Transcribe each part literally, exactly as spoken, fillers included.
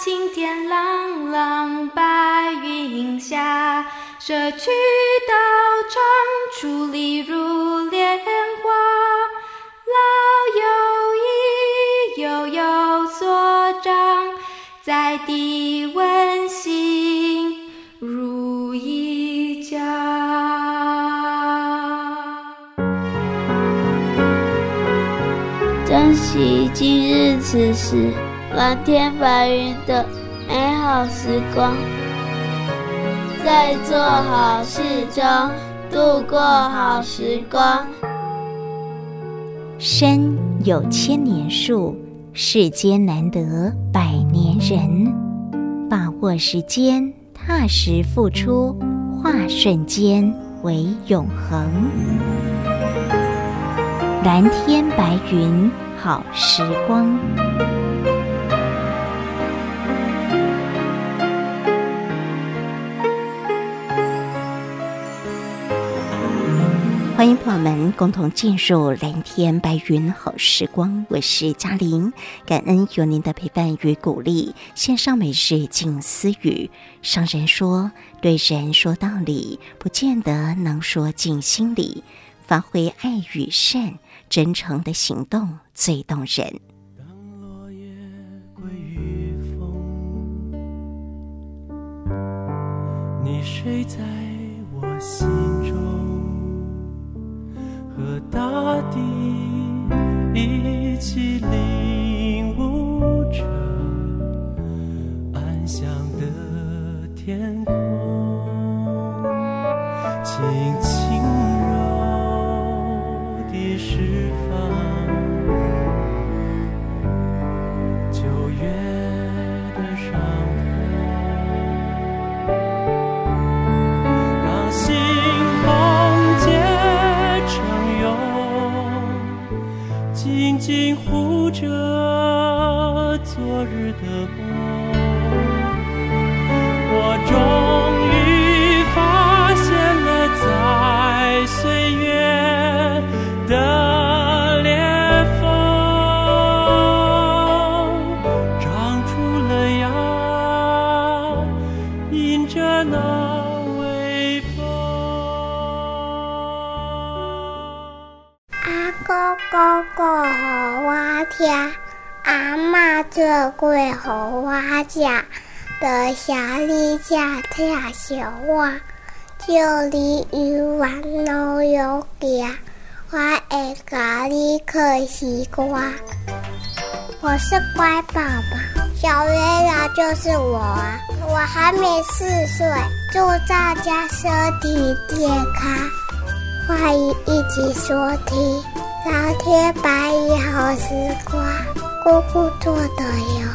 青天朗朗白云下，社区道场矗立如莲花，老友谊悠悠所长，在地温馨如一家。 珍惜今日此时蓝天白云的美好时光，在做好事中度过好时光。 山有千年树，世间难得百年人。把握时间，踏实付出，化瞬间为永恒。蓝天白云好时光。欢迎朋友们共同进入蓝天白云好时光，我是嘉玲，感恩有您的陪伴与鼓励。线上每日静思语，上人说，对人说道理，不见得能说进心里，发挥爱与善，真诚的行动最动人。 当落叶归于风，你睡在我心中，和大地一起领悟着安详的天空，轻轻柔地释放九月的伤痛，当心痛结成蛹，紧紧护着昨日的梦，我终于发现了在岁月的裂缝，长出了芽，迎着那微风。 阿公哥哥给我听，阿嬷做粿给我吃，在城里吃拆小碗，就离鱼丸老有行，我会给你嗑西瓜。我是乖宝宝，小月亮就是我啊！我还没四岁，祝大家身体健康，欢迎一起收听《蓝天白云好时光》，姑姑做的哟。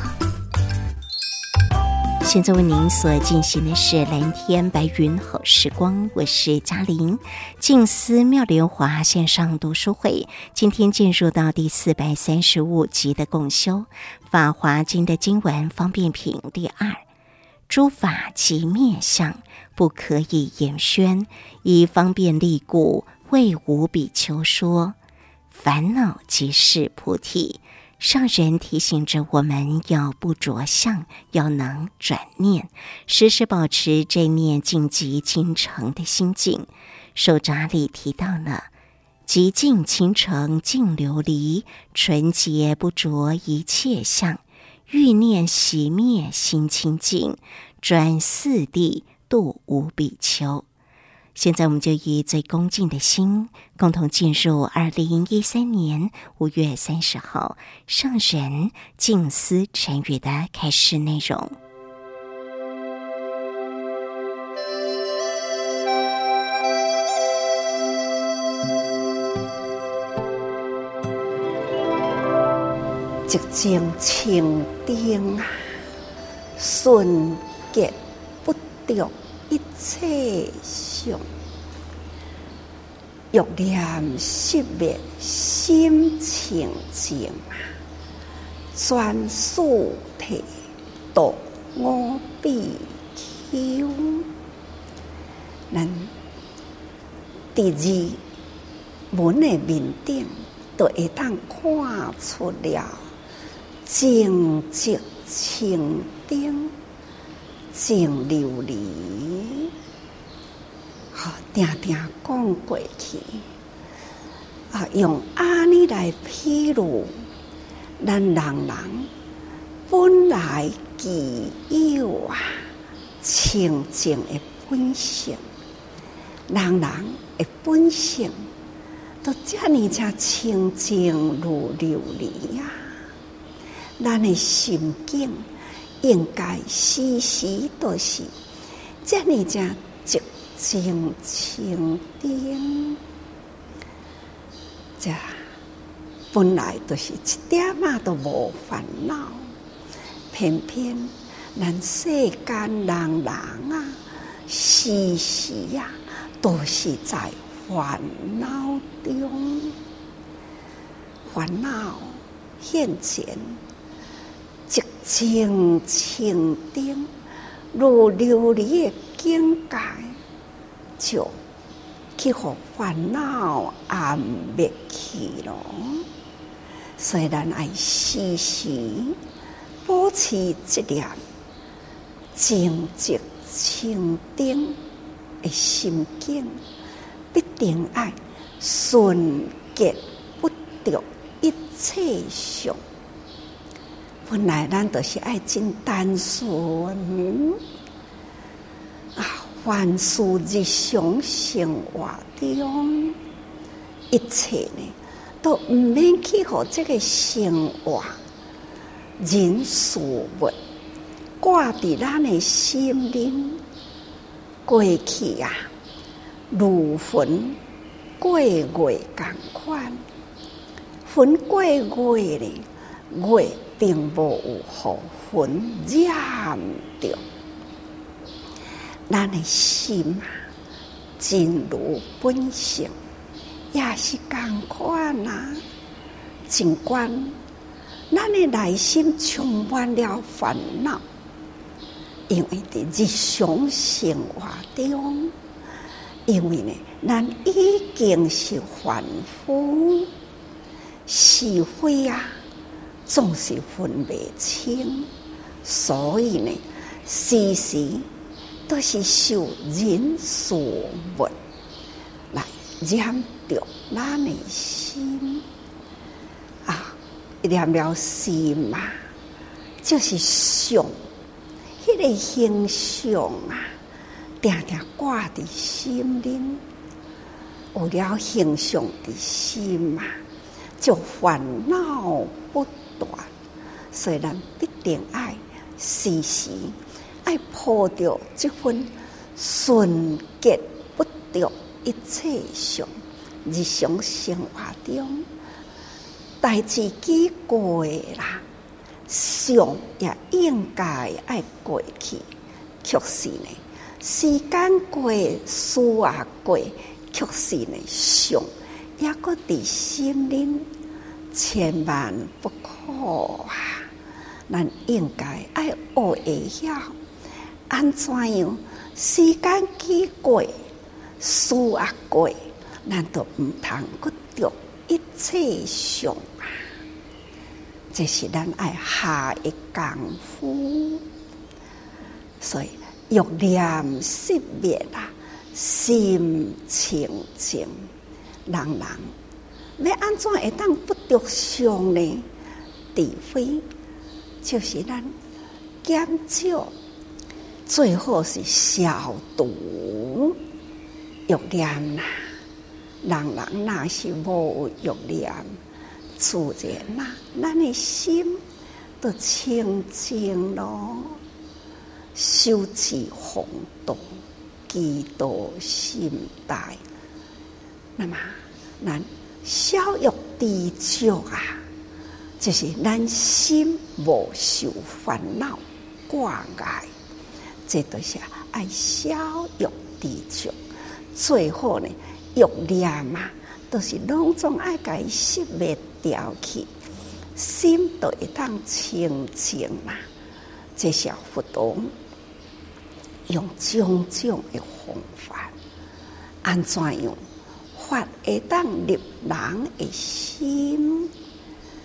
现在为您所进行的是蓝天白云好时光，我是嘉玲。静思妙莲华线上读书会，今天进入到第四百三十五集的共修法华经的经文方便品第二，诸法即灭相，不可以言宣，以方便利故，为无比丘说，烦恼即是菩提。上人提醒着我们要不着相，要能转念，时时保持这念净极清澄的心境。手札里提到了极净清澄净琉璃，纯洁不着一切相，欲念熄灭心清净，转四谛度无比丘。现在我们就以最恭敬的心，共同进入二零一三年五月三十号上人静思禅语的开示内容。 寂静清定啊，纯洁不着一切相，欲念熄灭心清净啊，专属体度我比丘。咱第二文的面顶，就会当看出了净寂清灯净琉璃，好，定定讲过去。啊，用安尼来譬如，咱人人本来具有啊清净的本性，人人的本性都遮尔才清净如琉璃呀。咱的心境应该时时都是遮尔才寂静清定。这本来就是一点仔都无烦恼，偏偏咱世间人人啊，时时啊都是在烦恼中，烦恼现前，寂静清定，如琉璃的境界，就去互烦恼暗灭去咯。所以咱爱时时保持这念静寂清定的心境，必定爱纯洁不着一切相。本来咱都是爱真单纯啊，凡事日常生活中，一切呢都唔免去互这个生活人事物挂伫咱的心灵。过去啊，如云过月同款，云过月呢，月并无有互云染着。咱的心啊，真如本性，也是同款啊。尽管咱的内心充满了烦恼，因为伫日常生活中，因为呢，咱已经是凡夫，是非啊，总是分不清，所以呢，时时都是受人事物来染着咱的心啊，染了心嘛，就是相，迄个形象啊，定定挂伫心里，有了形象伫心嘛，就烦恼不断，所以咱必定爱时时爱抱着这份纯洁不着一切相。日常生活中，代志已过啦，相也应该爱过去，却是呢，时间过，事也过，却是呢，相也搁伫心里，千万不可啊！咱应该爱学会晓，安怎样？时间已过，事也过，咱都唔通搁着一切相啊！这是咱爱下的功夫，所以欲念熄灭啊，心清净。人人要安怎会当不着相呢？除非就是咱减少，最好是消毒欲念啦。人人若是无有欲念，自然啦，咱的心都清净咯。修持弘道，基督心大。那么，咱消欲知足啊，就是咱心无受烦恼挂碍，这都是爱消欲知足。最后呢，欲念啊，都是拢总爱甲伊熄灭掉去，心都会当清净啦。这是佛陀用种种的方法，安怎样法会当入人的心？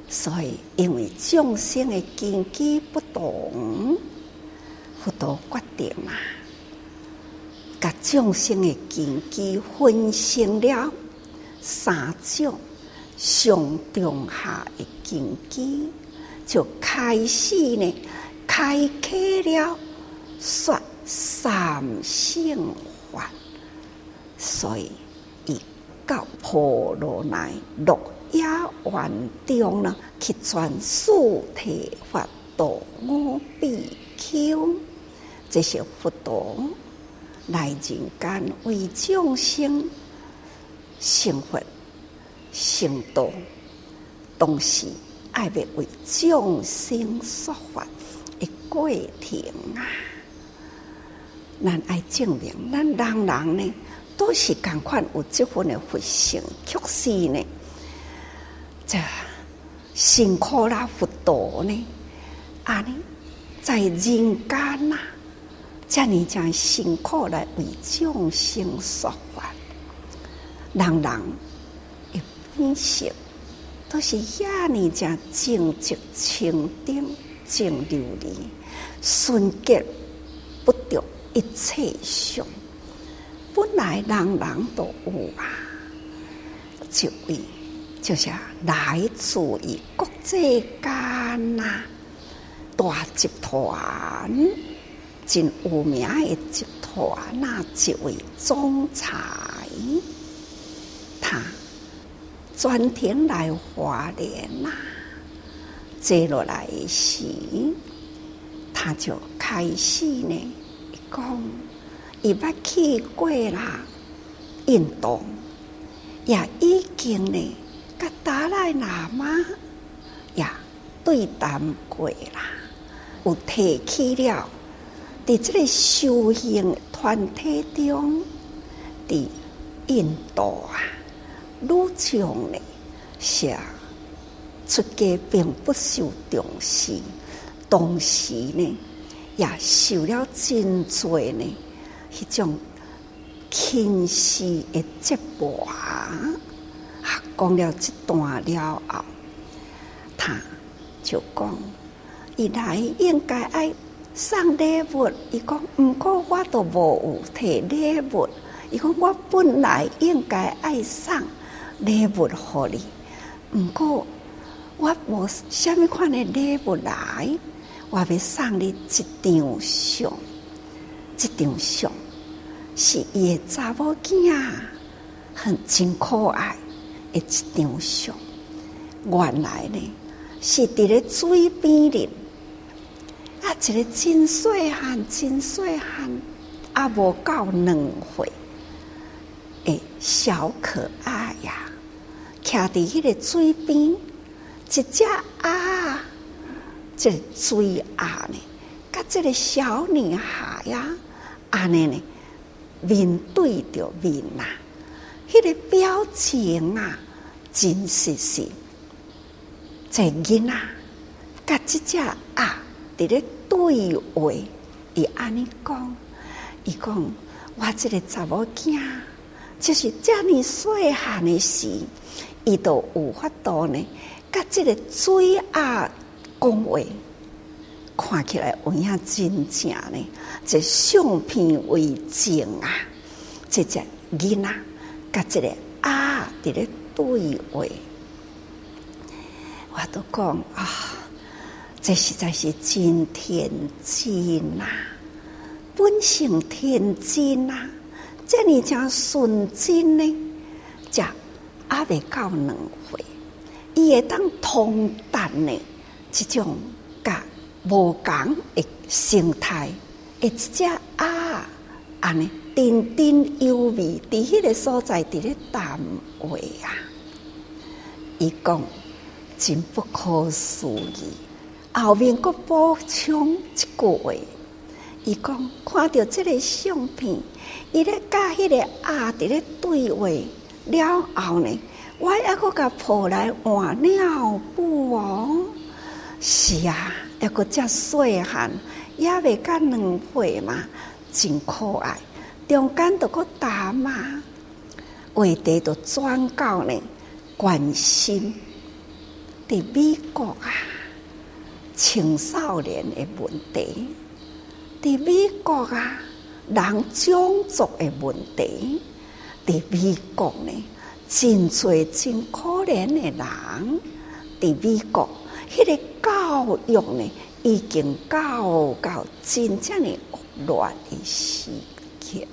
所以因为众生的根基不同，佛陀决定啊，把众生的根基分成了三种上中下的根基，就开始呢，开启了说三乘法。所以伊到婆罗奈鹿野苑中呢，去传四谛法度五比丘，这些佛陀来人间为众生成佛成道，同时爱要为众生说法的过程啊！咱爱证明，咱人人呢都是同款有这份的佛性，确实呢，这辛苦啦佛陀呢，啊呢在人间呐，这么这辛苦来为众生说法，人人的本性都是遐尼这正直清净正琉璃，纯洁不着一切相。本来人人都有啊，这位就是来自于国际间呐大集团，真有名的集团呐，一位总裁，他专程来花莲呐，坐落来时，他就开始呢讲。伊捌去过啦，印度也已經呢，甲達賴喇嘛也對談過啦，有提起了，佇這個修行團體中，佇印度啊，女眾呢是出家並不受重視，同時呢也受了真多呢。迄種輕視的折磨啊！講了這段了後，他就講：伊來應該愛送禮物。伊講：毋過我都無有摕禮物。伊講：我本來應該愛送禮物互你，毋過我無啥物款的禮物來，我要送你一張相，一張相。是伊的查某囝，很真可愛的一張相。原來呢，是佇咧水邊咧，啊，一個真細漢、真細漢，啊，無夠兩歲的小可愛呀，徛佇迄個水邊，一隻鴨，這個水鴨呢，甲這個小女孩呀，安尼呢。面對着面啊，迄、那個表情啊，真實是這囡仔甲這隻鴨佇咧對話，伊安尼講，伊講我這個查某囝，就是這麼細漢的時，伊都有法度呢，甲這個水鴨講話。看起來有影真正呢，這相片為證啊！這隻囡仔甲這個啊佇咧對話，我都講啊，這實在是真天真啊，本性天真啊！這呢真純真呢，才還未到兩歲，伊會當通達呢這種甲。無共的生態，一隻鴨安尼彬彬有禮，佇迄個所在佇咧談話啊。伊講真不可思議，後面佫補充一句話，伊講看到這個相片，伊咧甲迄個鴨佇咧對話了後呢，我還佫甲抱來換尿布哦。是啊。一個遮細漢，也未到兩歲嘛，真可愛。中間都個打嘛，話題都轉到呢關心伫美国啊，青少年的问题，伫美国啊，人种族的问题，伫美国呢，真侪真可怜的人，伫美国，迄、那个教育呢，已經教到真正的惡劣的時刻。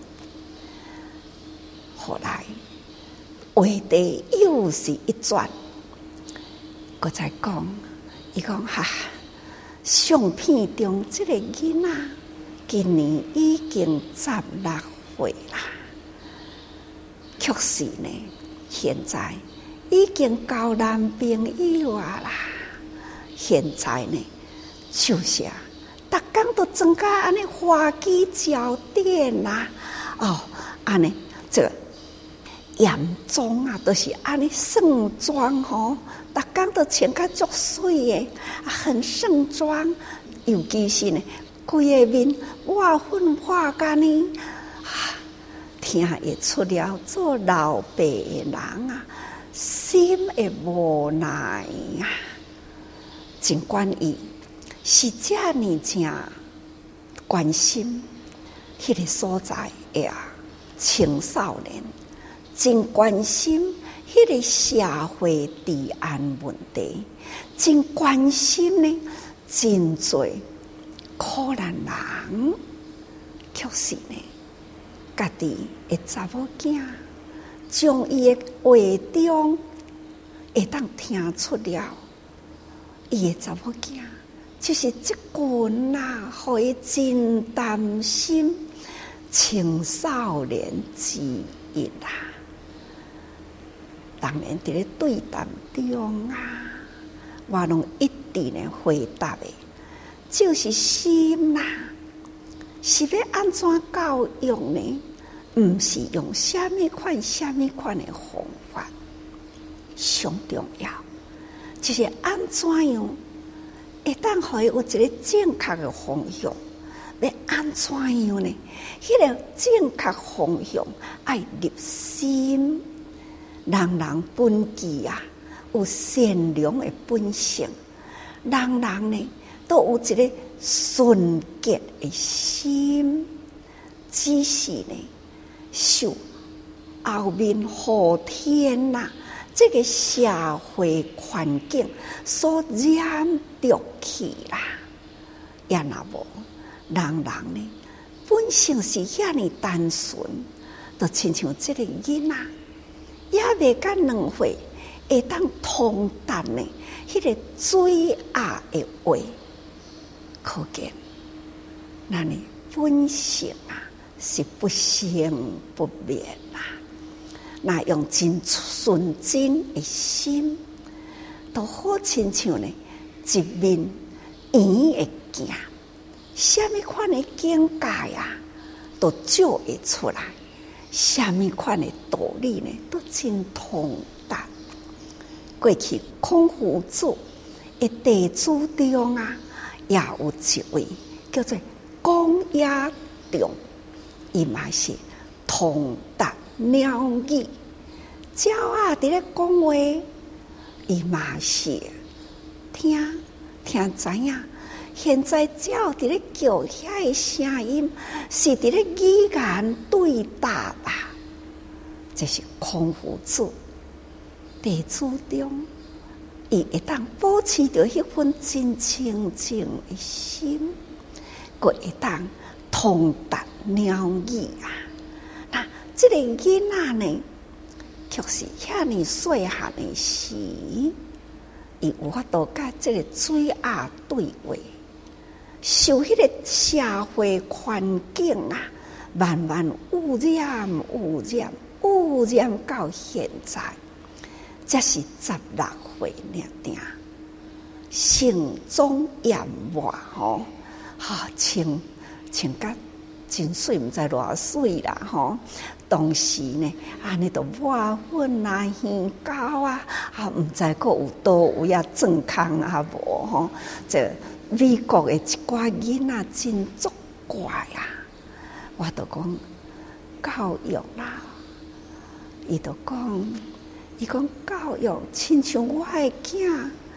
後來話題又是一轉，佢再講，伊講哈，相片中這個囡仔，今年已經十六歲啦，確實呢，現在已經交男朋友啊啦，現在呢，就是啊，逐工都增加安尼花枝招展啦，哦，安尼這個嚴妝啊，都是安尼盛裝吼，逐工都穿甲足水誒，很盛裝，尤其是呢，規個面畫粉畫甲呢，聽會出了做老爸誒人啊，心會無奈啊，儘管伊是遮爾正關心迄個所在誒青少年。真關心迄個社會治安問題，真關心呢，真多可憐人，確實呢，家己的查某囝，將伊的話中會當聽出了，伊的查某囝就是這群啊，互伊真擔心青少年之一啊。當然，在咧對談中啊，我攏一直呢回答的，就是心啦、啊，是要安怎教育呢？唔是用蝦米款、蝦米款的方法，上重要就是安怎樣會當互伊有一個正確的方向。要安怎樣呢？迄、那個正確方向愛入心。人人本具啊，有善良的本性，人人呢都有一個純潔的心，只是呢受後面後天呐、啊，這個社會環境所染著去啦。也若無人人呢本性是遐尼單純，就親像這個囡仔。也未甲兩歲，會當通達呢？迄、那個罪惡的話，可見，咱的本性啊是不生不滅啦。那用真純真的心，都好親像呢一面圓的鏡，什麼款的境界啊，都照會出來。什麼款的道理呢？都真通達。過去孔夫子的弟子中啊，也有一位叫做公冶仲，伊嘛是通達妙語。鳥啊，佇咧講話，伊嘛是聽聽知影。現在只要佇咧叫遐個聲音，是佇咧語言對答啊！這是孔夫子弟子中，伊會當保持着迄份真清淨的心，佫會當通達妙語啊！那這個囡仔呢，確實遐尼細漢的時，伊有法度甲這個水鴨對話。受迄個社會環境啊，慢慢污染、污染、污染到現在，才是十六歲了定，性中厭惡吼，哈，穿穿甲真水，毋知偌水啦吼。當時呢，安尼都抹粉啊、魚膠啊，啊，毋知佫有倒有遐鑽空啊無吼，這。美國的一寡囡仔真作怪啊！我就講教育啦，伊就講，伊講教育親像我的囝，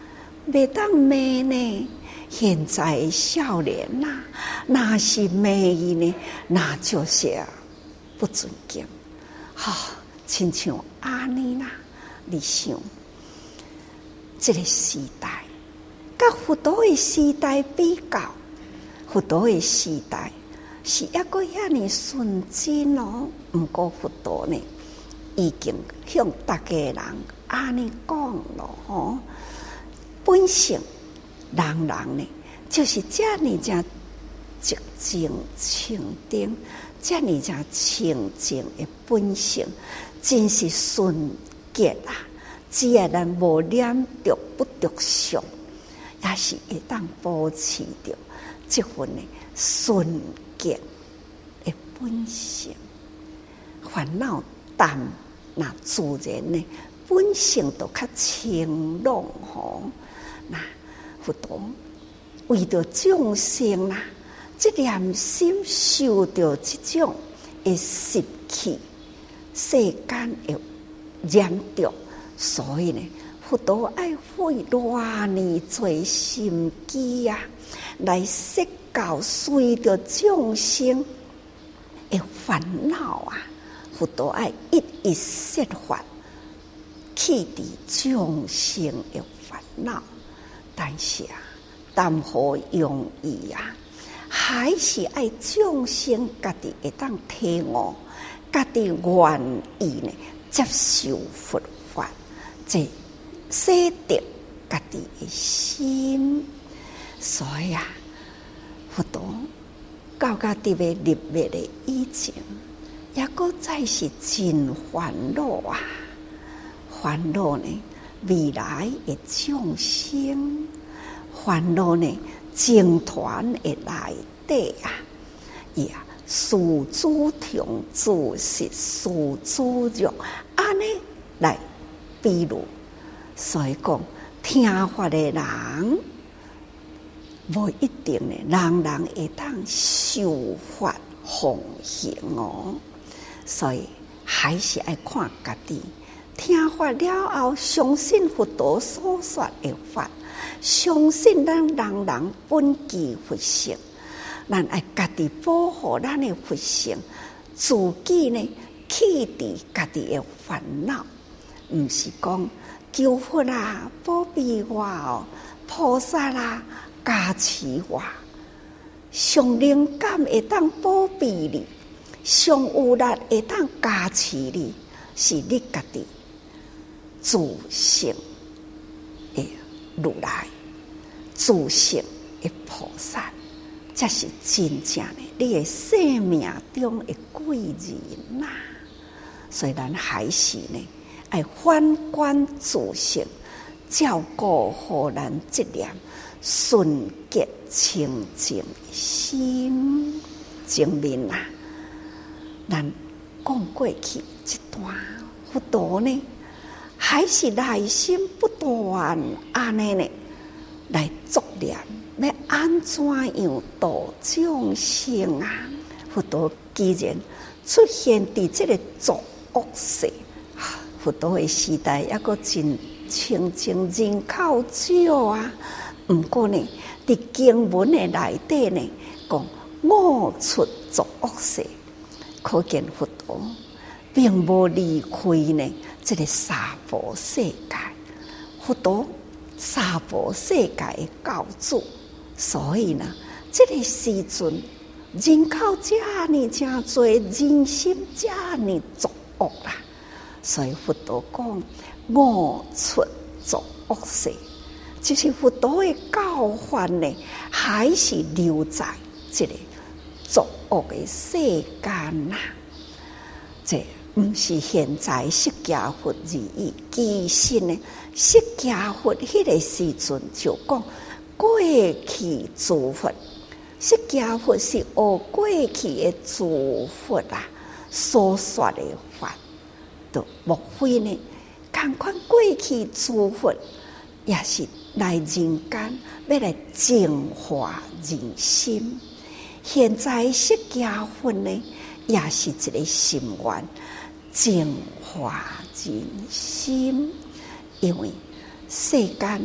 袂当骂呢。现在的少年呐、啊，那是骂伊呢，那就是不尊敬。哈、哦，亲像安尼啦，你想，这个时代，甲佛陀的时代比较，佛陀的时代是一个遐尼纯真哦。毋过佛陀呢，已经向大家人安尼讲咯吼，本性。人人呢，就是这么正寂静清定，这么正清净的本性，真是纯洁啊！只要咱无染着不着相，也是会当保持着这份呢纯洁的本性。烦恼淡，那自然呢本性都较清朗吼。那佛陀为着众生啦，这念心受到这种的习气，世间会染着，所以呢，佛陀爱费偌尼多心机啊，来说教随着众生的烦恼啊，佛陀爱一一说法，去除众生的烦恼。但是啊，谈何容易啊！还是爱众生家己会当体悟，家己愿意呢接受佛法，这洗涤家己的心。所以啊，佛陀到家己要入灭的以前，也搁再是真烦恼啊！烦恼呢？未来的众生，烦恼呢，集团的内底啊，也事主同自是事主用，安尼来比如，所以讲听法的人，无一定呢，人人会当受法奉行哦，所以还是爱看家己。听法了后，相信佛陀所说的法，相信咱人人本具佛性，咱爱家己保护咱的佛性，自己呢去除家己的烦恼，毋是讲求佛啦保庇我哦，菩萨啦加持我，上灵感会当保庇你，上有力会当加持你，是你家己。自性的如来，自性的菩萨，这是真正的你的生命中的贵人呐、啊。所以咱还是呢，爱反观自性，照顾好咱这念纯洁清净的心。前面啊，咱讲过去这段佛陀呢。还是内心不断安尼呢，来作念，要安怎样度众生啊？佛陀既然出现伫这个作恶世，佛陀的时代也个真清净，人口少啊。不过呢，伫经文的内底呢，讲悟出作恶世，可见佛陀并无离开呢。这个娑婆世界，佛陀娑婆世界的教主，所以呢，这个时阵人口这么真多，人心这么作恶啦，所以佛陀讲悟出作恶世，就是佛陀的教法呢，还是留在这个作恶的世间啦，这。毋是现在释迦佛而已，其实呢，释迦佛迄个时阵就讲过去诸佛，释迦佛是学过去的诸佛啊所说的法，都莫非呢？同款过去诸佛也是来人间要来净化人心，现在释迦佛呢，也是一个心愿。净化人心，因为世间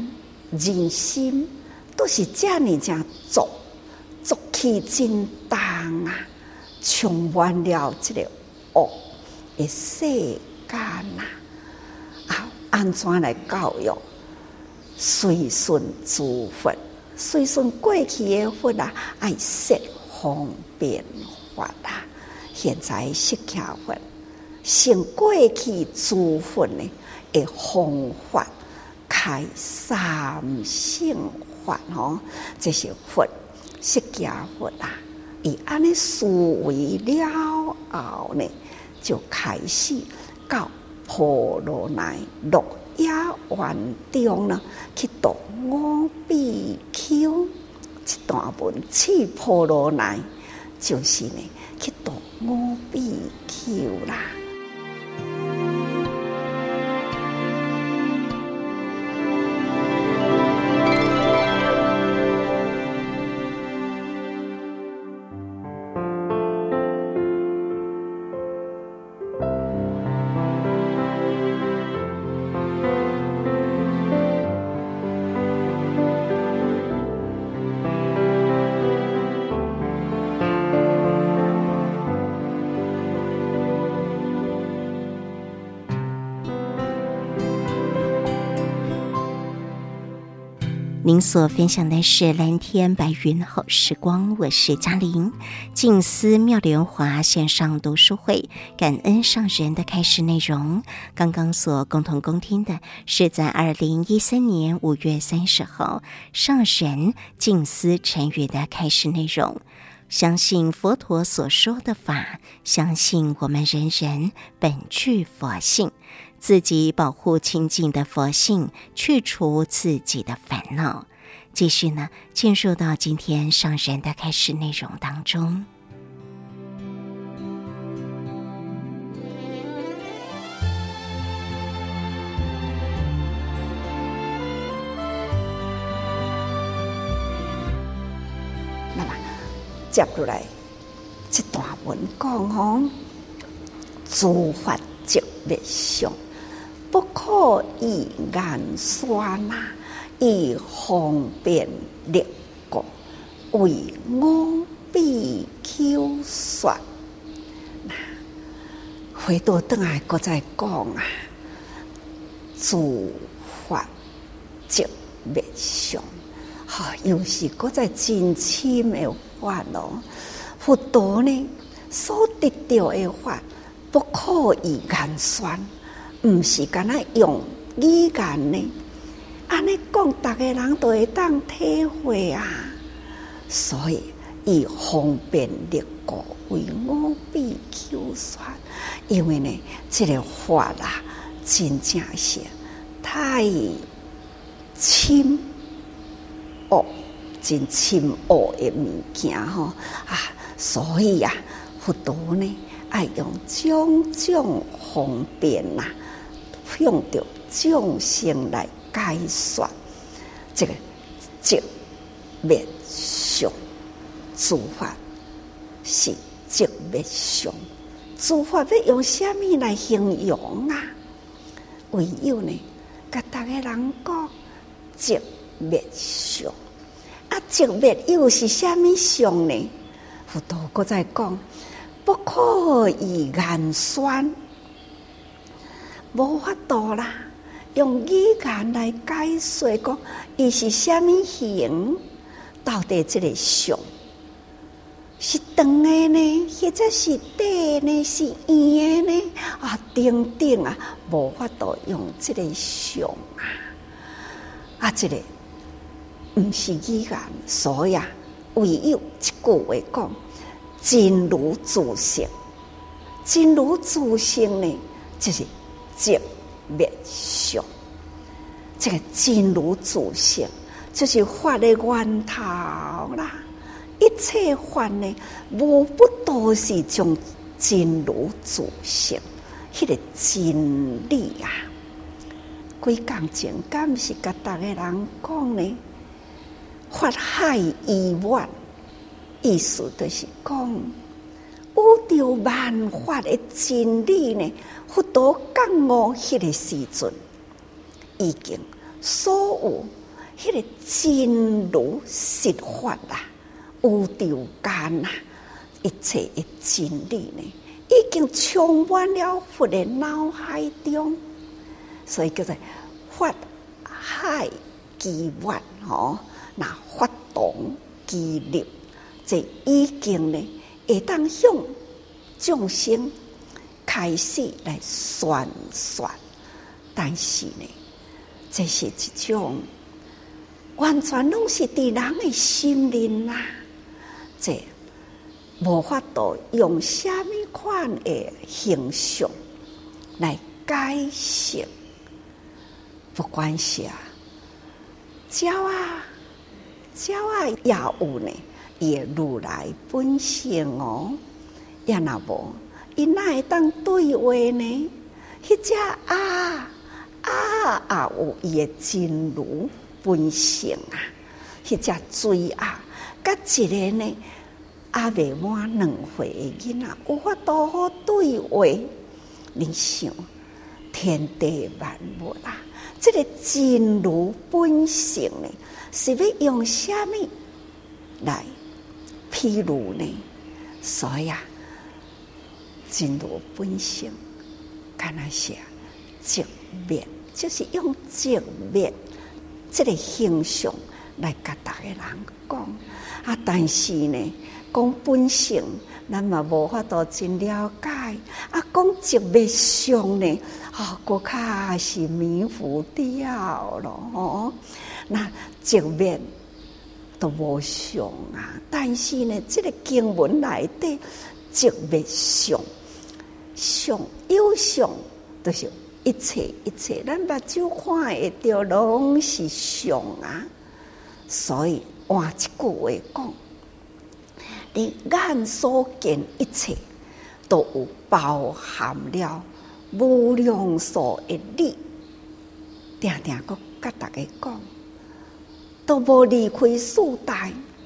人心都是这么正浊，浊气真重啊，充满了这个恶的世间啊！啊，安怎来教育？随顺诸佛，随顺过去的佛啊，爱设方便法啊！现在释迦佛成过去诸佛呢的方法，开三性法哦，这是佛释迦佛啊！伊安尼思维了后呢，就开始到婆罗奈鹿野苑中呢，去度五比丘。一段文去婆罗奈，就是呢去度五比丘啦。 您所分享的是蓝天白云好时光，我是嘉玲。静思妙莲华线上读书会，感恩上人的开示内容。刚刚所共同恭听的是在二零一三年五月三十号上人静思禅语的开示内容。相信佛陀所说的法，相信我们人人本具佛性，自己保护清净的佛性，去除自己的烦恼。继续呢，进入到今天上人的开示内容当中。 那么接落来这段文讲吼，诸法即灭相，不可以言说呐，以方便力故，为五比丘说。回到倒来，搁再讲啊，诸法即灭相，哈，又是搁再真深的法咯。佛陀呢，所得到的法，不可以言说，唔是干那用语言呢。安尼讲，大家人都会当体会啊。所以以方便力故，为五比丘说。因为呢，这个法啊，真正是太深奥、真深奥的物件吼啊，所以啊，佛陀呢，爱用种种方便呐、啊，用着众生来解说这个即灭相。诸法是即灭相，诸法要用什么来形容啊？唯有呢，甲大家人讲即灭相。啊，即灭又是什么相呢？佛陀搁再讲，不可以言说，无法度啦。用语言来解说，讲伊是什么形？到底这个相是长的呢？或者是短呢？是圆的呢？啊，等等啊，无法度用这个相啊！啊，这个唔是语言，所以啊，唯有一句话讲：真如自性。真如自性呢，就是即灭相。这个真如自性，就是法的源头啦。一切法呢，无不都是从真如自性迄个真理啊。几讲前，敢是甲大家人讲呢？法海依愿，意思就是讲，有着万法的真理呢。佛陀讲我迄个时阵，已经所有迄个真如实法啦，宇宙间啊，一切的真理呢，已经充满了佛的脑海中，所以叫做法海基源吼，那法动基立，这已经呢会当向众生开始来宣说，但是呢，这是一种完全拢是伫人的心灵啦，这无法度用什么款的形象来解释。不管是啊，鸟啊，鸟啊也有呢，伊的如来本性哦，也若无，伊哪会当对话呢？迄只啊啊啊有伊的真如本性啊，迄只水啊，甲一个呢还未满两岁的囡仔有法度好对话。你想，天地万物啦，这个真如本性呢，是要用什么来譬如呢？所以啊，真如本性，敢若是直面，就是用直面这个形象来甲大家人讲啊。但是呢，讲本性，咱嘛无法度真了解啊。讲直面上呢，啊，搁较是迷糊掉咯吼。那直面都无上啊，但是呢，这个经文内底直面上上有上，就是一切一切，咱目睭看会到拢是上啊。所以换一句话讲，你眼所见一切，都有包含了无量数的理。定定搁甲大家讲，都无离开四大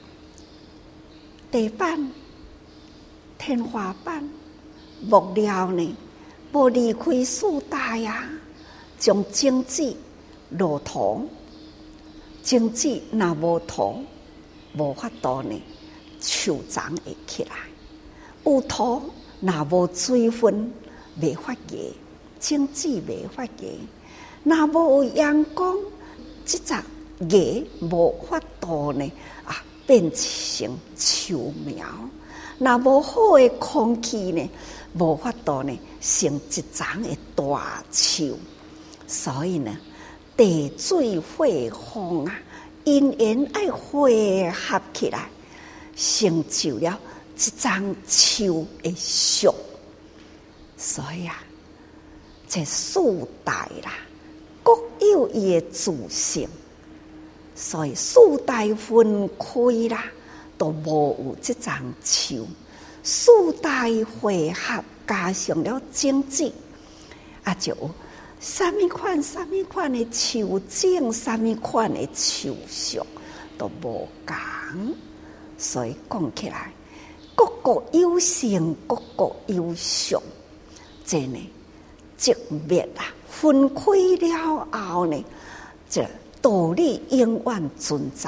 地板、天花板、木料呢，无离开四大呀。将经济落土，经济若无土，无法度呢树长会起来；有土若无水分，袂发芽，经济袂发芽。若无阳光，即只叶无法度呢啊变成树苗。若无好的空气呢，无法度呢成一丛的大树。所以呢，地水火风啊，因缘爱汇合起来，成就了一丛树的树。所以啊，这四大啦，各有伊的自性。所以四大分开啦，都无有这丛树。四大汇合，加上了经济，啊就有什么款什么款的树种，什么款的树上都无同。所以讲起来，各个有性，各个有相。这呢，直灭啊，分开了后呢，这道理永远存在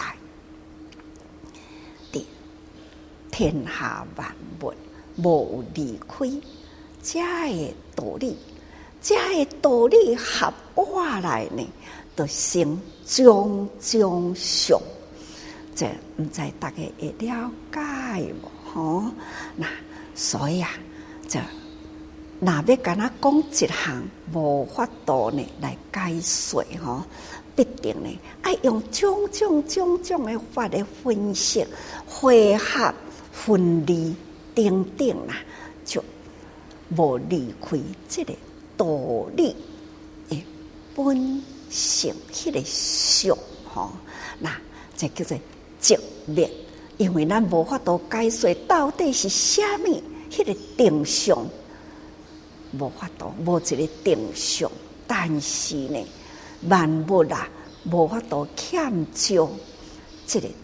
的天下万物，无离开这个道理。这个道理合话来呢，就成种种相。这唔知大家会了解无？吼，那所以啊，这若要敢若讲一项无法度呢来解说吼，必定呢爱用种种种种的法的分析、汇合、分离等等啦，就无离开这个道理的本性，迄个相吼，那这叫做直灭。因为咱无法度解说到底是啥物，迄个定相无法度，无一个定相。但是呢，万物啊，无法度欠缺这个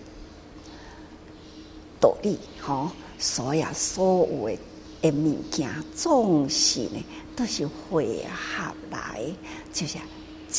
道理吼，所以啊，所有的的物件总是呢，都是汇合来，就是直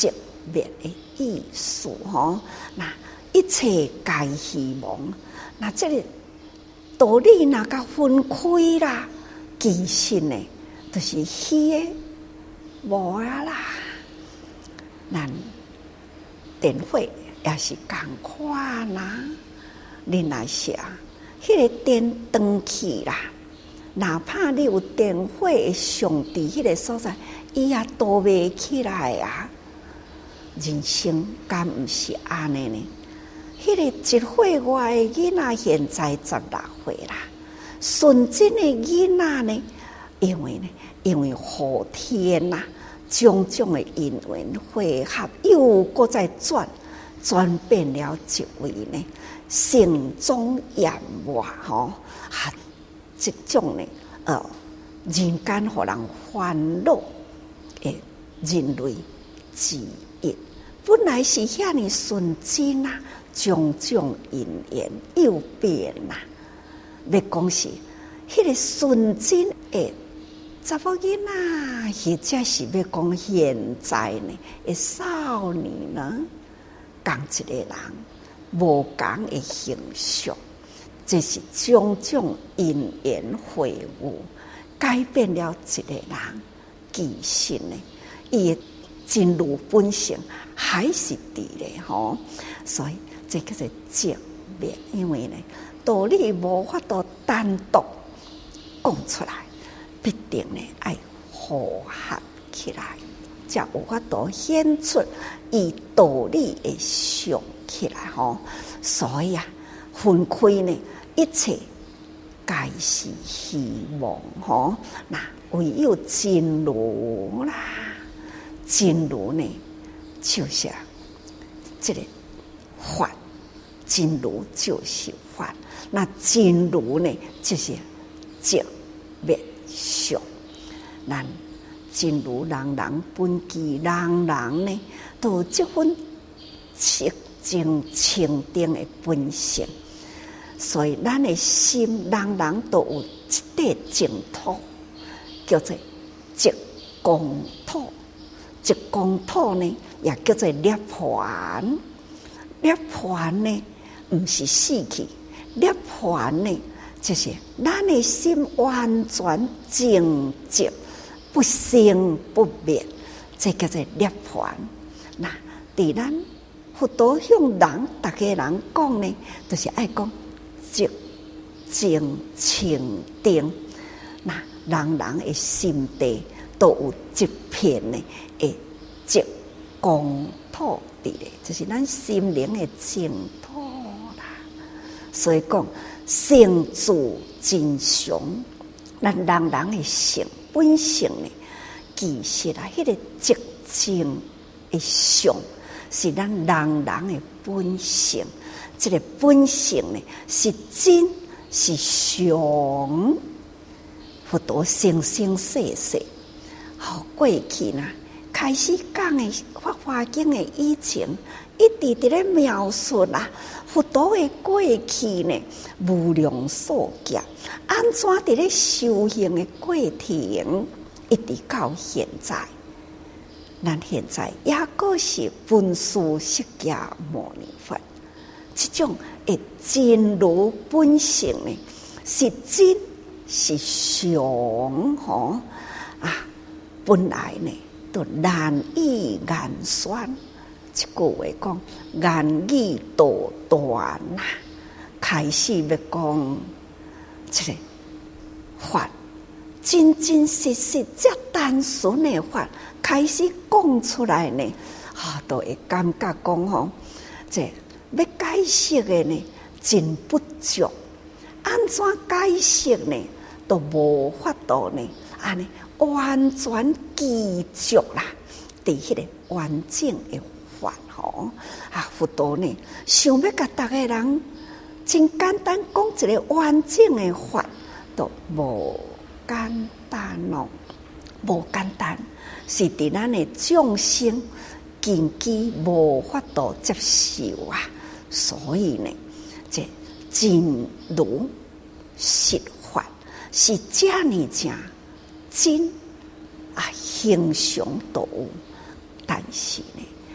灭的意思吼。那一切皆虚妄，那这个道理哪个分开啦？其实呢，就是虚的无啊啦。咱电火也是共款啦。你若是啊，迄个电灯去啦，哪怕你有电火上伫迄个所在，伊也倒袂起来啊。人生敢毋是安尼呢？迄个一岁外的囡仔，现在十六岁啦。纯真的囡仔呢，因为呢，因为后天呐、啊，种种的因缘汇合，又搁再转，转变了一位呢。心中厌恶吼，啊，这种呢，呃，人间互人烦恼的人类之一，本来是遐尼纯真啊，种种因缘又变啦。要讲是迄个纯真的查某囡仔，或者是要讲现在呢的少年呢，共一个人。无同的形象，这是种种因缘会有改变了一个人。其实呢，伊真如本性还是伫咧吼，所以这个是正面。因为呢，道理无法度单独讲出来，必定呢爱和合起来，才有法度显出伊道理的相。起来吼，所以啊，分开呢，一切皆是虚妄吼。那唯有真如啦，真如呢，就是啊，这个法，真如就是法。那真如呢，就是寂灭相。咱真如人人本具，人人呢，都有这份切。真清净的本性，所以咱的心人人都有一块净土，叫做寂光土。寂光土呢，也叫做涅槃。涅槃呢，不是死去，涅槃呢，就是咱的心完全净寂，不生不灭，这叫做涅槃。那伫咱佛陀向人，大家人讲呢，就是爱讲寂静清定。那人人的心地都有一片呢，的寂光土伫咧，就是咱心灵的净土啦。所以讲性自真常，咱人人的性本性呢，其实啊，迄个寂静的相。是咱人人的本性，这个本性呢是真是常。佛陀生生世世，好过去呢，开始讲的《法华经》的以前，一直伫咧描述啦，佛陀的过去呢，无量数劫，安怎伫咧修行的过程，一直到现在。咱现在也个是文殊释迦牟尼佛，这种的真如本性呢，是真是常吼啊！本来呢，都难以言宣。一句话讲，言语道断呐，开始要讲这个法，真真实实这单纯的法。开始讲出来呢，啊，都会感觉讲吼，这要解释的呢，真不足。安怎解释呢？都无法度呢，安尼完全记住啦，伫迄个完整的法吼啊，佛陀呢，想要甲大家人真简单讲一个完整的法，都无简单咯，无简单。是伫咱的众生根基无法度接受啊，所以呢，这真如实法是遮尔正真啊，形象都有，但是呢，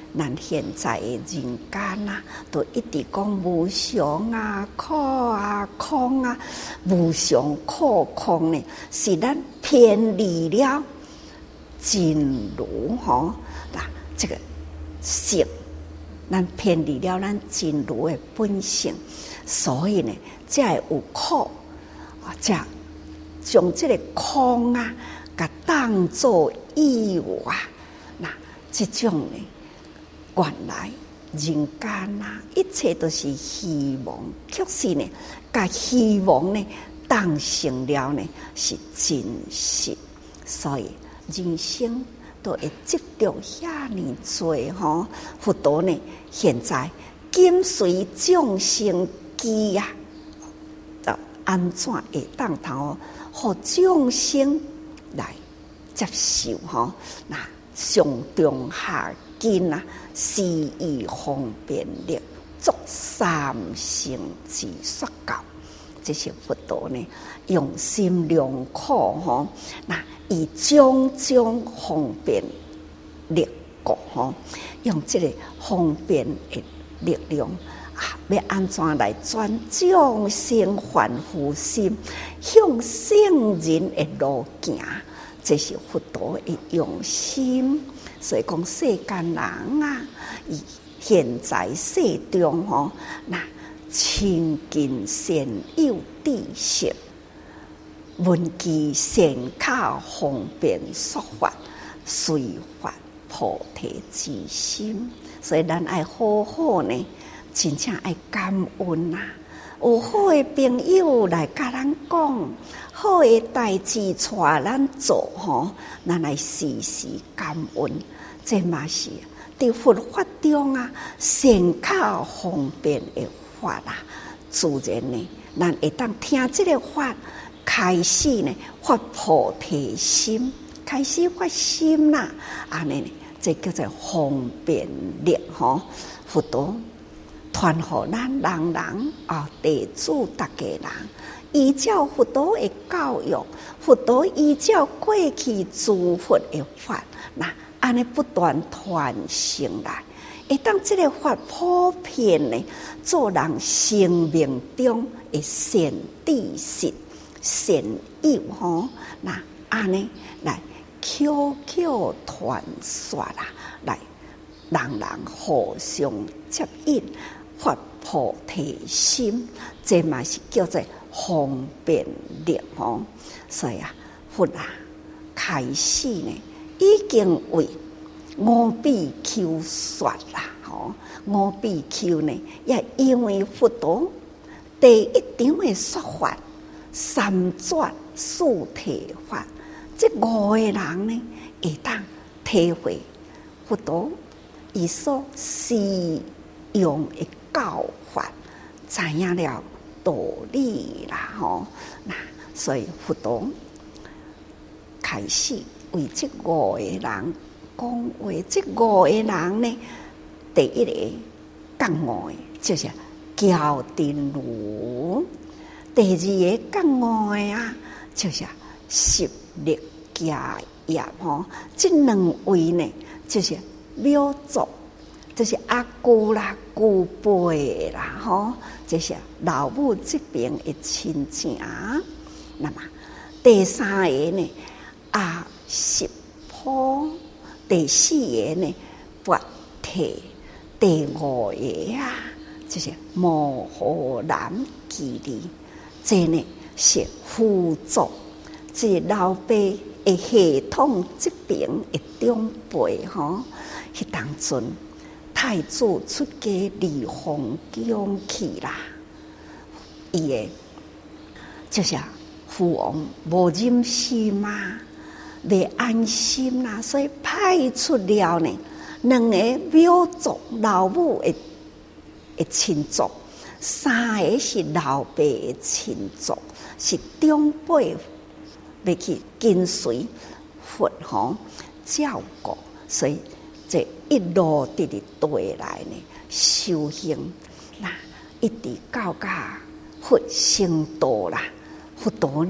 咱现在的人间啊，都一直讲无常啊、苦啊、空啊，无常、苦、空呢，是咱偏离了真如吼。那这个性，咱偏离了咱真如的本性，所以呢，才会有苦啊，才将这个空啊，甲当作意外。那这种呢，原来人间啊，一切都是希望，确实呢，甲希望呢，当成了呢是真实，所以人生都会执着遐尼多吼。佛陀呢，现在跟随众生机啊，就安怎会当头，互众生来接受吼？那上中下根啊，是以方便力，作三乘之说教。这是佛陀呢，用心良苦吼，那以种种方便力果吼，用这个方便的力量啊，要安怎来转众生凡夫心，向圣人的路行？这是佛陀的用心。所以讲世间人啊，以现在世中吼，那亲近善友知识，闻其善巧方便说法，随发菩提之心。所以咱爱好好呢，真正爱感恩啊！有好的朋友来甲咱讲，好的代志带咱做吼，咱来时时感恩。这嘛是伫佛法中啊，善巧方便的法啊，自然呢，咱会当听这个法，开始呢发菩提心，开始发心啦，安尼呢，这叫做方便力吼。佛陀传互咱人人啊，地主大家人，依照佛陀的教育，佛陀依照过去诸佛的法，那安尼不断传承来，会当这个法普遍呢，做人生命中的善知识、善友吼，那安尼来悄悄传说啦，来人人互相接应。发菩提心，这嘛是叫做方便力吼。所以啊，佛啊开始呢，已经为五比丘说啦，吼，五比丘呢，也因为佛陀第一场的说法，三转四谛法，这五个人呢，会当体会佛陀伊所施用的教法，知影了道理啦吼。那所以佛陀开始为这五个人讲话，这五个人呢，第一个讲话的就是教定如，第二个讲话的啊，就是十力家业吼。这两位呢，就是妙作。这是阿姑啦、姑辈啦，吼，这是老母这边的亲情。那么第三个呢，阿十婆；第四个呢，拔提；第五个啊，就是摩诃南基利。这呢是辅助，这老爸的系统这边的长辈吼，迄当阵。太子出家离皇宫去啦，伊个就是父王无忍心嘛，未安心啦，所以派出了呢两个苗族老母的的亲族，三个是老爸的亲族，是长辈要去跟随佛吼照顾，所以。这一路直直对来呢，修行那一直到噶佛成道啦，佛陀呢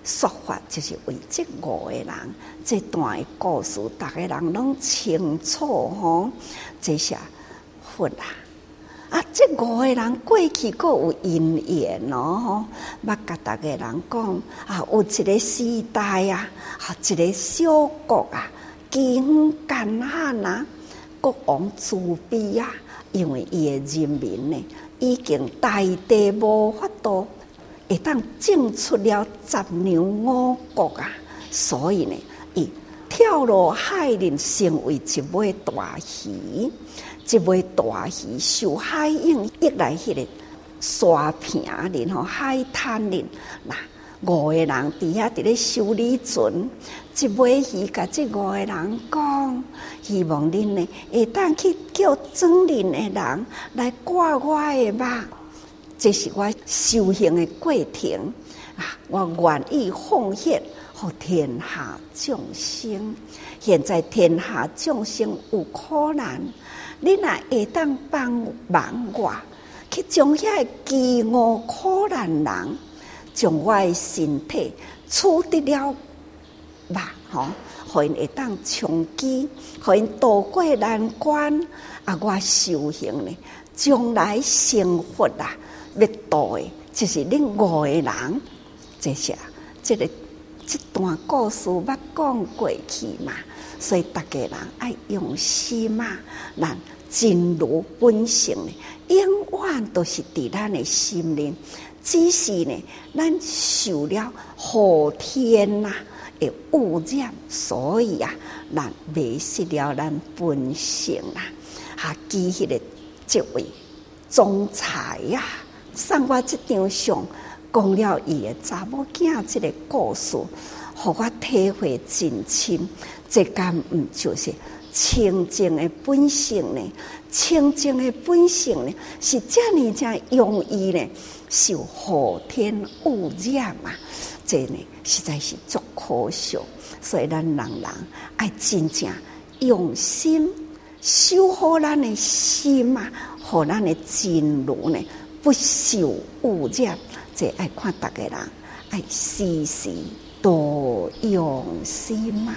说法就是为这五个人，这段的故事，大家人拢清楚吼。这下分啦，啊，这五个人过去各有因缘哦，捌甲大家人讲啊，有一个时代啊，啊，一个小国啊，饥荒干旱啊，国王自卑啊，因为伊的人民呢，已经大地无法度。会当种出了十牛五谷啊，所以呢，伊跳落海里，成为一尾大鱼。一尾大鱼受海影溢来，迄个沙坪里吼，海滩里，嗱五个人伫遐伫咧修理船，一尾鱼甲这五个人讲，希望恁呢会当去叫庄恁的人来挂我的肉。这是我修行的过程啊！我愿意奉献给天下众生。现在天下众生有苦难，你若会当帮忙我，去将遐饥饿苦难人，将我的身体处得了吧？吼，互因会当长期，互因渡过难关。啊，我修行呢，将来成佛啊！要度的，就是恁五个人，这些这个这段故事捌讲过去嘛，所以大家人爱用心嘛，咱真如本性呢，永远都是伫咱的心灵，只是呢，咱受了后天呐的污染，所以啊，咱迷失了咱本性啦。啊，记迄个这位总裁呀、啊。送我这张相，讲了伊的查某囝这个故事，互我体会真深。这敢毋就是清净的本性呢？清净的本性呢，是这么这容易呢，受后天污染嘛？这呢，实在是足可笑。所以咱人人爱真正用心修好咱的心嘛，互咱的真如呢。不受污染，这爱看大家人爱时时多用心嘛。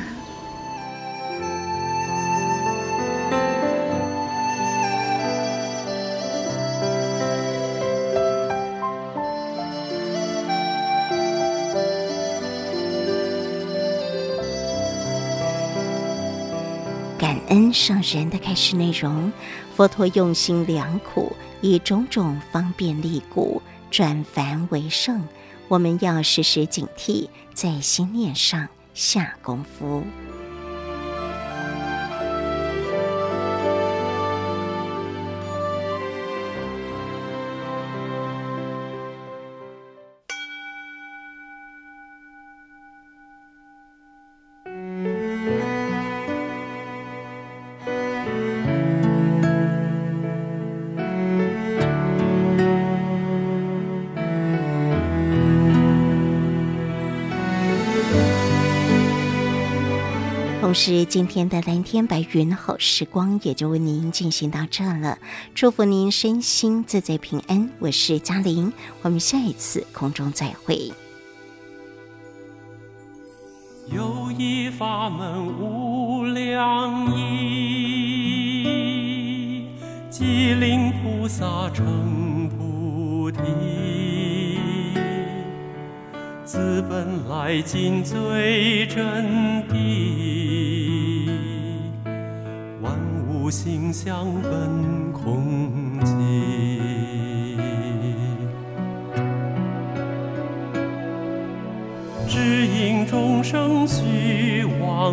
感恩上人的开示内容，佛陀用心良苦，以种种方便利故，转凡为圣。我们要时时警惕，在心念上下功夫。同时，今天的蓝天白云好时光也就为您进行到这了。祝福您身心自在平安。我是嘉玲，我们下一次空中再会。 有一法门无量义，即令菩萨成菩提。自本来尽最真谛，万物性相本空寂。只因众生须忘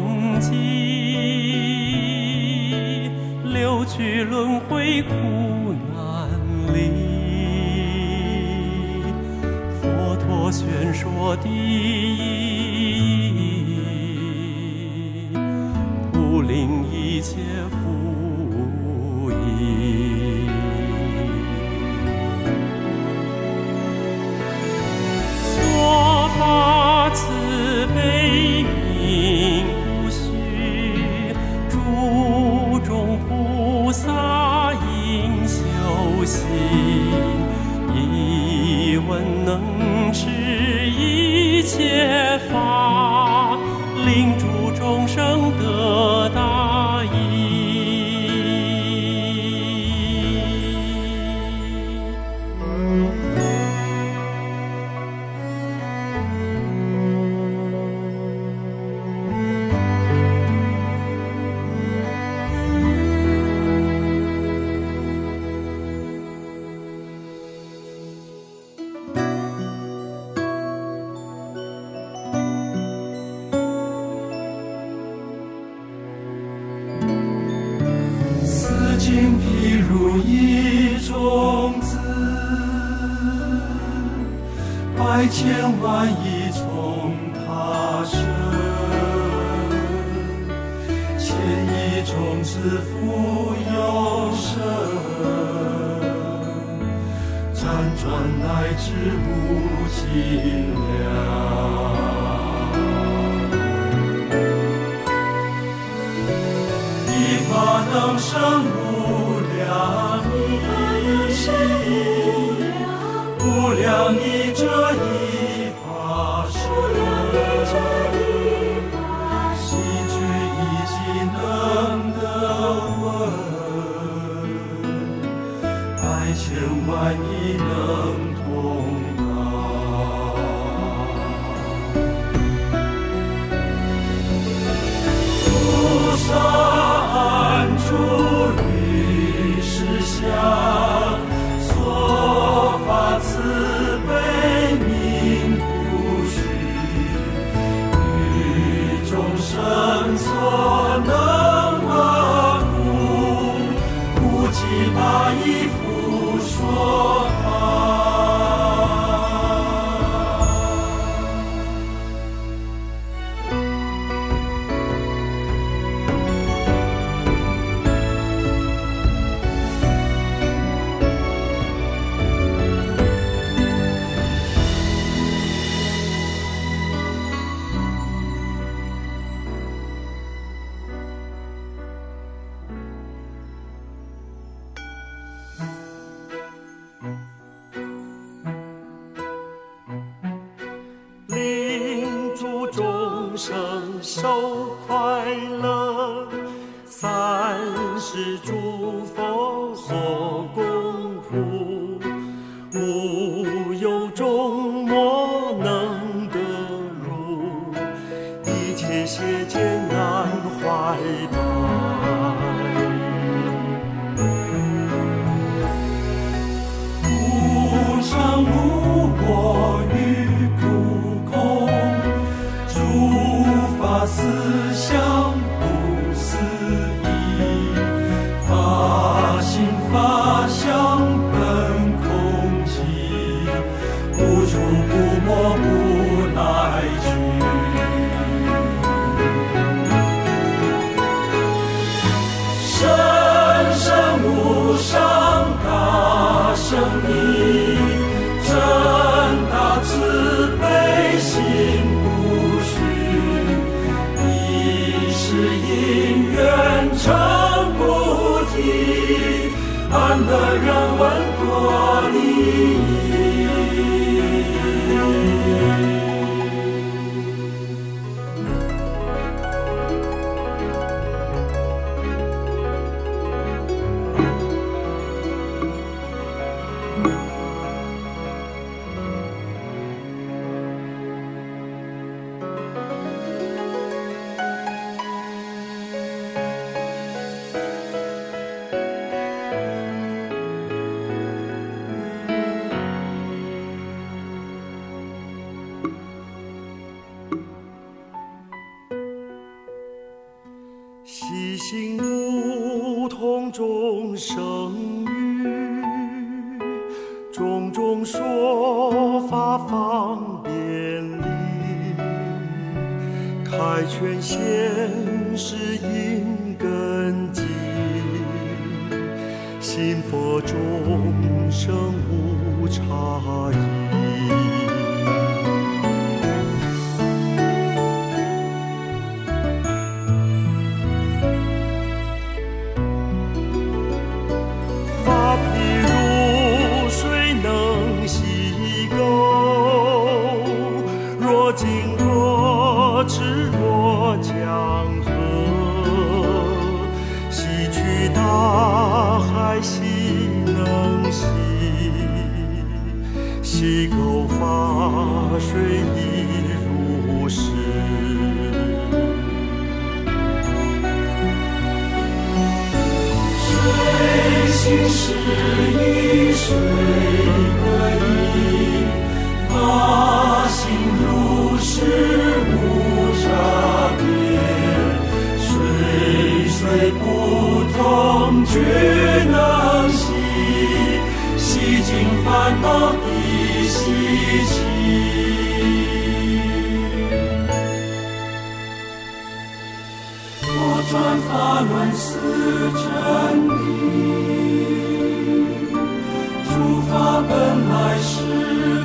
记，流去轮回苦难离。佛陀宣说第一，不令一切复疑。说法慈悲应不虚，诸众菩萨应修习，一问能知一切百千万亿从他生，千亿种子复有生，辗转乃至无尽量。一法能生无量义，无量义这一法身，一句一句能得闻，百千万亿能通达。菩萨安住于世下，所发慈悲名不虚，于众生所能得度，无际八亿复说法。受快乐，三世诸佛所共护，无有众魔能得入，一切邪见难怀抱。无常无我与不空，诸法思想不思议，法性法相本空寂，无处不没不来去。生生无上大圣意，真大慈悲心不虚，一世因缘成菩提，安得人闻多利益。细心不同众生语，种种说法方便利，开权显示因根基，信佛众生无差异。赤若江河，洗去大海细能洗，溪沟法水亦如是。水心是一水可以，法性如是差别，水虽不同，俱能洗，洗尽烦恼的习气。 法论是真理，诸法本来是